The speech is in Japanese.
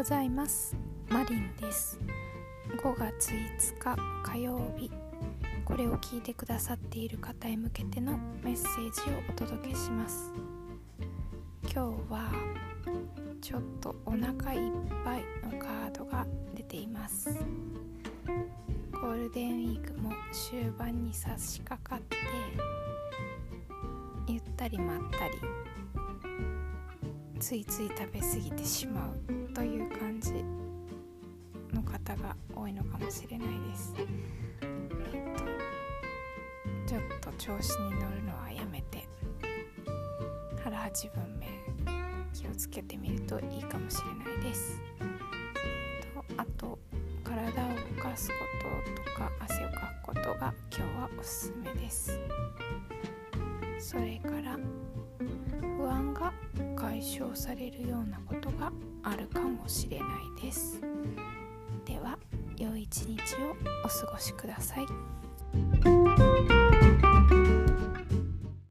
ざいます。マリンです。5月5日火曜日、これを聞いてくださっている方へ向けてのメッセージをお届けします。今日はちょっとお腹いっぱいのカードが出ています。ゴールデンウィークも終盤に差し掛かって、ゆったりまったりついつい食べ過ぎてしまうという感じの方が多いのかもしれないです。ちょっと調子に乗るのはやめて、腹8分目気をつけてみるといいかもしれないです。あと体を動かすこととか汗をかくことが今日はおすすめです。それから不安が解消されるようなことがあるかもしれないです。では良い一日をお過ごしください。